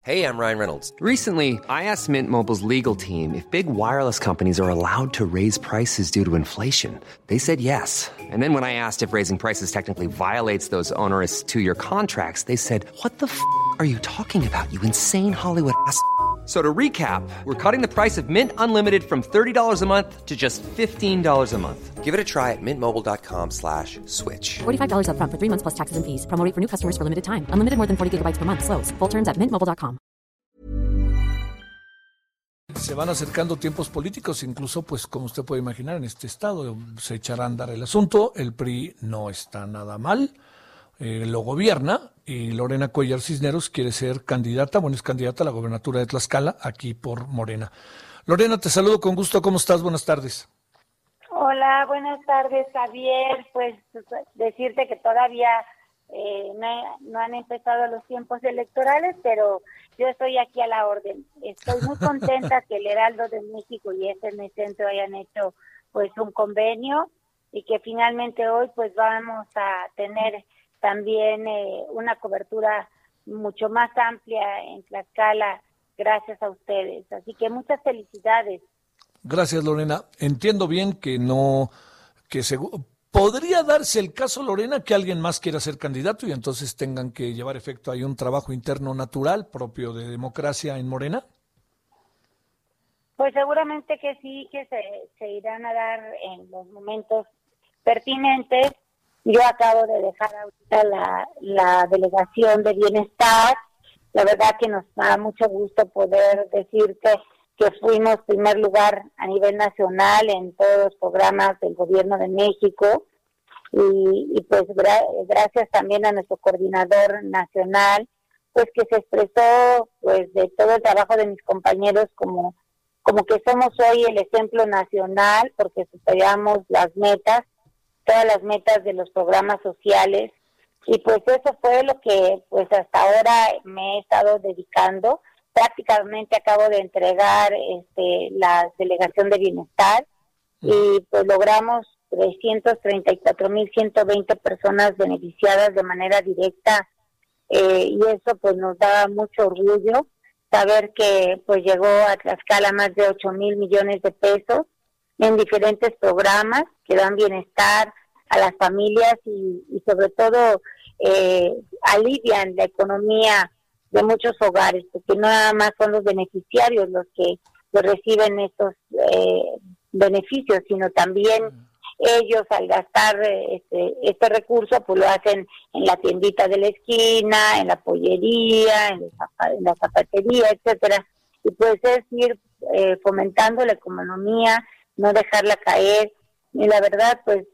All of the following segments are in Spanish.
Hey, I'm Ryan Reynolds. Recently, I asked Mint Mobile's legal team if big wireless companies are allowed to raise prices due to inflation. They said yes. And then when I asked if raising prices technically violates those onerous two-year contracts, they said, "What the f*** are you talking about, you insane Hollywood ass?" So to recap, we're cutting the price of Mint Unlimited from $30 a month to just $15 a month. Give it a try at mintmobile.com/switch. $45 up front for 3 months plus taxes and fees. Promo rate for new customers for limited time. Unlimited more than 40 gigabytes per month. Slows full terms at mintmobile.com. Se van acercando tiempos políticos, incluso, pues, como usted puede imaginar, en este estado se echará a andar el asunto. El PRI no está nada mal, lo gobierna, y Lorena Cuellar Cisneros quiere ser candidata, es candidata a la gobernatura de Tlaxcala, aquí por Morena. Lorena, te saludo con gusto, ¿cómo estás? Buenas tardes. Hola, buenas tardes, Javier. Pues decirte que todavía no han empezado los tiempos electorales, pero yo estoy aquí a la orden. Estoy muy contenta que el Heraldo de México y FM Centro hayan hecho pues un convenio y que finalmente hoy pues vamos a tener también una cobertura mucho más amplia en Tlaxcala gracias a ustedes. Así que muchas felicidades. Gracias, Lorena. Entiendo bien que podría darse el caso, Lorena, que alguien más quiera ser candidato y entonces tengan que llevar efecto ahí un trabajo interno natural propio de democracia en Morena. Pues seguramente que sí, que se irán a dar en los momentos pertinentes. Yo acabo de dejar ahorita la delegación de bienestar. La verdad que nos da mucho gusto poder decirte que fuimos primer lugar a nivel nacional en todos los programas del Gobierno de México y pues gracias también a nuestro coordinador nacional, pues que se expresó pues de todo el trabajo de mis compañeros como que somos hoy el ejemplo nacional porque superamos todas las metas de los programas sociales y pues eso fue lo que pues hasta ahora me he estado dedicando. Prácticamente acabo de entregar la delegación de bienestar y pues logramos 334,120 personas beneficiadas de manera directa y eso pues nos da mucho orgullo saber que pues llegó a Tlaxcala más de 8,000 millones de pesos en diferentes programas que dan bienestar a las familias y sobre todo alivian la economía de muchos hogares, porque no nada más son los beneficiarios los que reciben estos beneficios, sino también ellos al gastar este recurso, pues lo hacen en la tiendita de la esquina, en la pollería, en la zapatería, etcétera. Y pues es ir fomentando la economía, no dejarla caer. Y la verdad, pues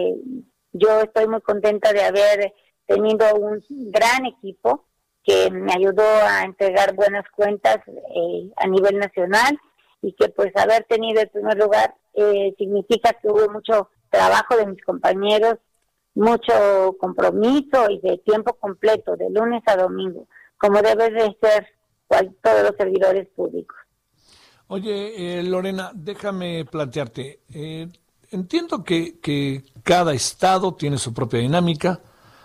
yo estoy muy contenta de haber tenido un gran equipo que me ayudó a entregar buenas cuentas a nivel nacional y que pues haber tenido el primer lugar significa que hubo mucho trabajo de mis compañeros, mucho compromiso y de tiempo completo, de lunes a domingo, como debe de ser todos los servidores públicos. Oye, Lorena, déjame plantearte, entiendo que cada estado tiene su propia dinámica,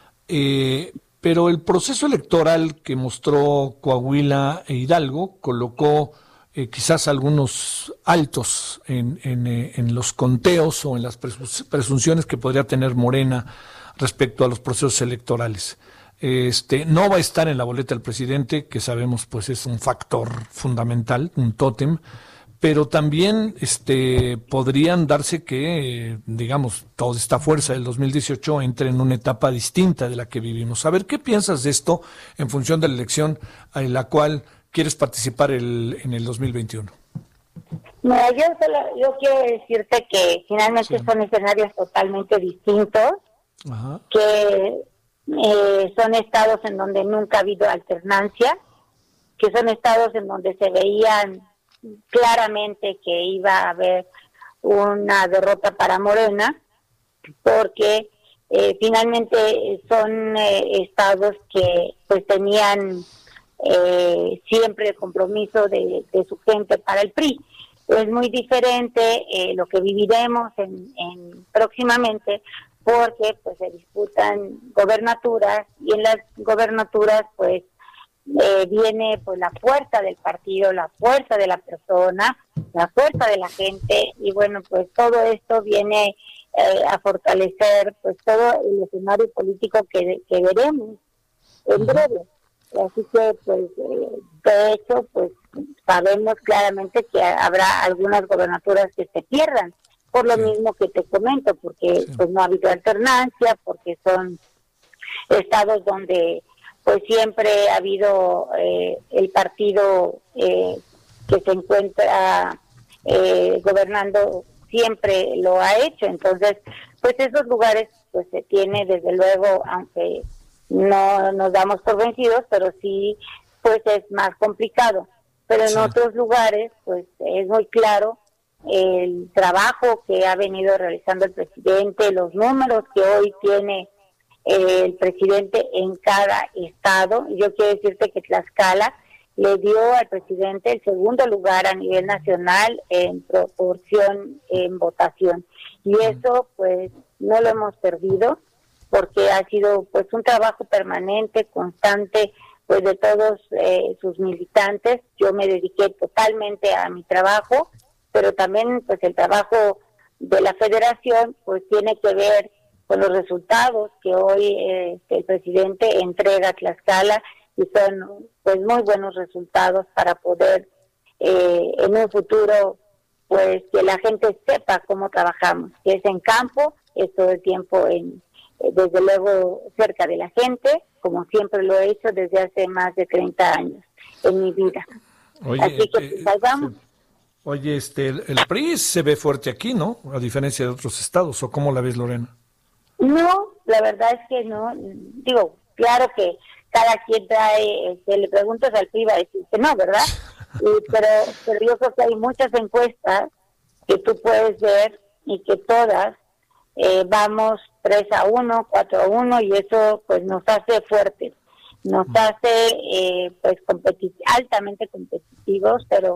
pero el proceso electoral que mostró Coahuila e Hidalgo colocó quizás algunos altos en los conteos o en las presunciones que podría tener Morena respecto a los procesos electorales. No va a estar en la boleta del presidente, que sabemos pues es un factor fundamental, un tótem, pero también podrían darse que, digamos, toda esta fuerza del 2018 entre en una etapa distinta de la que vivimos. A ver, ¿qué piensas de esto en función de la elección en la cual quieres participar en el 2021? Mira, yo quiero decirte que finalmente son escenarios totalmente distintos, Ajá. que son estados en donde nunca ha habido alternancia, que son estados en donde se veían claramente que iba a haber una derrota para Morena, porque finalmente son estados que pues tenían siempre el compromiso de su gente para el PRI. Es muy diferente lo que viviremos en próximamente, porque pues se disputan gobernaturas y en las gobernaturas pues viene pues la fuerza del partido, la fuerza de la persona, la fuerza de la gente, y bueno, pues todo esto viene a fortalecer pues todo el escenario político que veremos en breve. Así que pues de hecho pues sabemos claramente que habrá algunas gobernaturas que se pierdan, por lo mismo que te comento, porque pues no ha habido alternancia, porque son estados donde pues siempre ha habido el partido que se encuentra gobernando, siempre lo ha hecho. Entonces pues esos lugares pues se tiene desde luego, aunque no nos damos por vencidos, pero sí pues es más complicado. Pero en otros lugares pues es muy claro el trabajo que ha venido realizando el presidente, los números que hoy tiene el presidente en cada estado. Yo quiero decirte que Tlaxcala le dio al presidente el segundo lugar a nivel nacional en proporción en votación, y eso pues no lo hemos perdido, porque ha sido pues un trabajo permanente, constante, pues de todos sus militantes. Yo me dediqué totalmente a mi trabajo, pero también pues el trabajo de la federación pues tiene que ver con los resultados que hoy el presidente entrega a Tlaxcala, y son pues muy buenos resultados para poder en un futuro pues que la gente sepa cómo trabajamos, que es en campo, es todo el tiempo desde luego cerca de la gente, como siempre lo he hecho desde hace más de 30 años en mi vida. Oye, así que pues ahí vamos. Oye, el PRI se ve fuerte aquí, ¿no? A diferencia de otros estados, ¿o cómo la ves, Lorena? No, la verdad es que no. Digo, claro que cada quien trae, le preguntas al PRI va a decir que no, ¿verdad? Pero yo creo que hay muchas encuestas que tú puedes ver y que todas vamos 3-1, 4-1, y eso pues nos hace fuertes, nos hace pues altamente competitivos, pero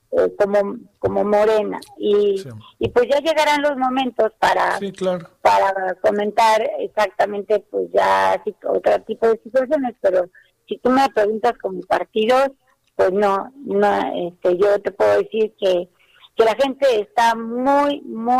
como Morena, y pues ya llegarán los momentos para comentar exactamente pues ya otro tipo de situaciones. Pero si tú me preguntas como partidos, pues no yo te puedo decir que la gente está muy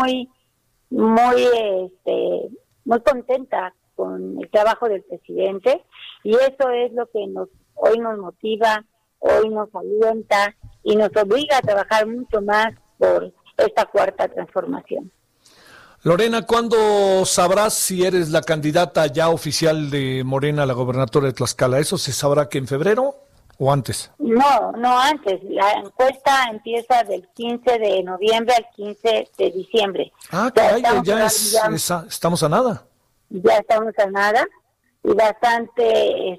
contenta con el trabajo del presidente, y eso es lo que hoy nos motiva, hoy nos alienta y nos obliga a trabajar mucho más por esta cuarta transformación. Lorena, ¿cuándo sabrás si eres la candidata ya oficial de Morena a la gobernatura de Tlaxcala? ¿Eso se sabrá que en febrero o antes? No antes. La encuesta empieza del 15 de noviembre al 15 de diciembre. Ah, caray, estamos a nada. Ya estamos a nada. Y bastante,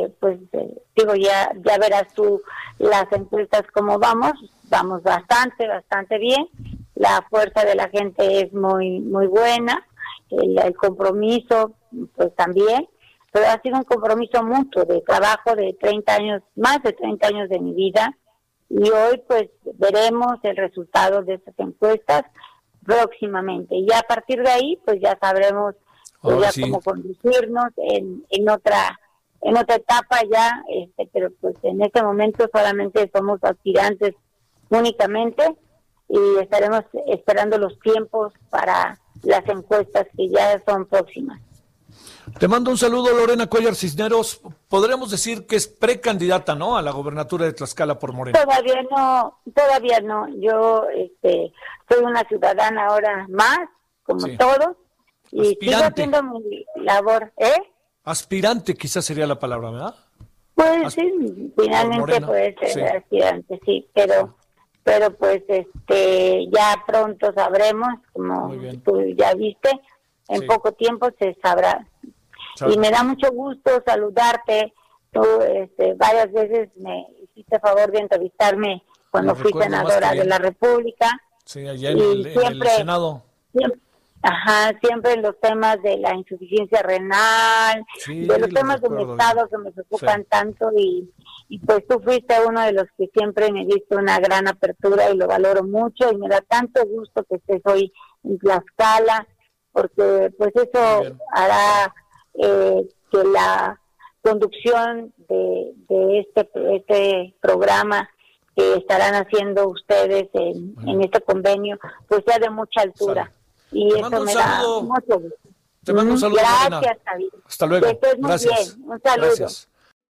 ya verás tú las encuestas cómo vamos bastante bien. La fuerza de la gente es muy buena, el compromiso pues también, pero ha sido un compromiso mutuo de trabajo de 30 años, más de 30 años de mi vida, y hoy pues veremos el resultado de estas encuestas próximamente, y a partir de ahí pues ya sabremos cómo conducirnos en otra etapa ya, pero pues en este momento solamente somos aspirantes únicamente, y estaremos esperando los tiempos para las encuestas que ya son próximas. Te mando un saludo, Lorena Cuellar Cisneros. Podríamos decir que es precandidata, ¿no?, a la gobernatura de Tlaxcala por Morena. Todavía no. Yo soy una ciudadana ahora más, como todos, y sigo haciendo mi labor. Aspirante quizás sería la palabra, ¿verdad? Pues sí, finalmente puede ser aspirante, sí, pero pues ya pronto sabremos, como tú ya viste, en poco tiempo se sabrá. Y me da mucho gusto saludarte. Tú varias veces me hiciste favor de entrevistarme cuando fui senadora de la República. Sí, allá en el Senado. Siempre en los temas de la insuficiencia renal, de los temas de mi estado que me preocupan tanto, y pues tú fuiste uno de los que siempre me diste una gran apertura y lo valoro mucho, y me da tanto gusto que estés hoy en Tlaxcala, porque pues eso hará que conducción de este programa que estarán haciendo ustedes en este convenio, pues sea de mucha altura. Y Te eso mando un me saludo. da mucho gusto. Te mando un saludo, Lorena. Gracias, David. Hasta luego. Que estés muy Gracias. bien. Un saludo. Gracias.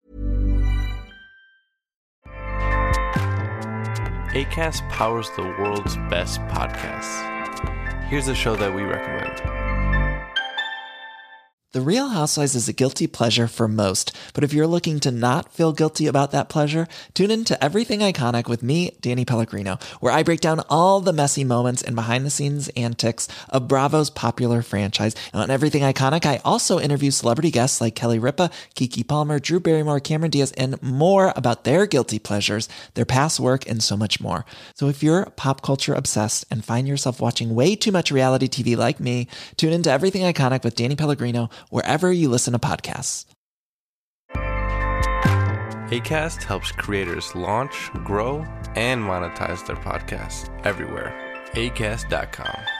Acast powers the world's best podcasts. Here's a show that we recommend. The Real Housewives is a guilty pleasure for most, but if you're looking to not feel guilty about that pleasure, tune in to Everything Iconic with me, Danny Pellegrino, where I break down all the messy moments and behind-the-scenes antics of Bravo's popular franchise. And on Everything Iconic, I also interview celebrity guests like Kelly Ripa, Keke Palmer, Drew Barrymore, Cameron Diaz, and more about their guilty pleasures, their past work, and so much more. So if you're pop culture obsessed and find yourself watching way too much reality TV like me, tune into Everything Iconic with Danny Pellegrino, wherever you listen to podcasts. Acast helps creators launch, grow, and monetize their podcasts everywhere. Acast.com.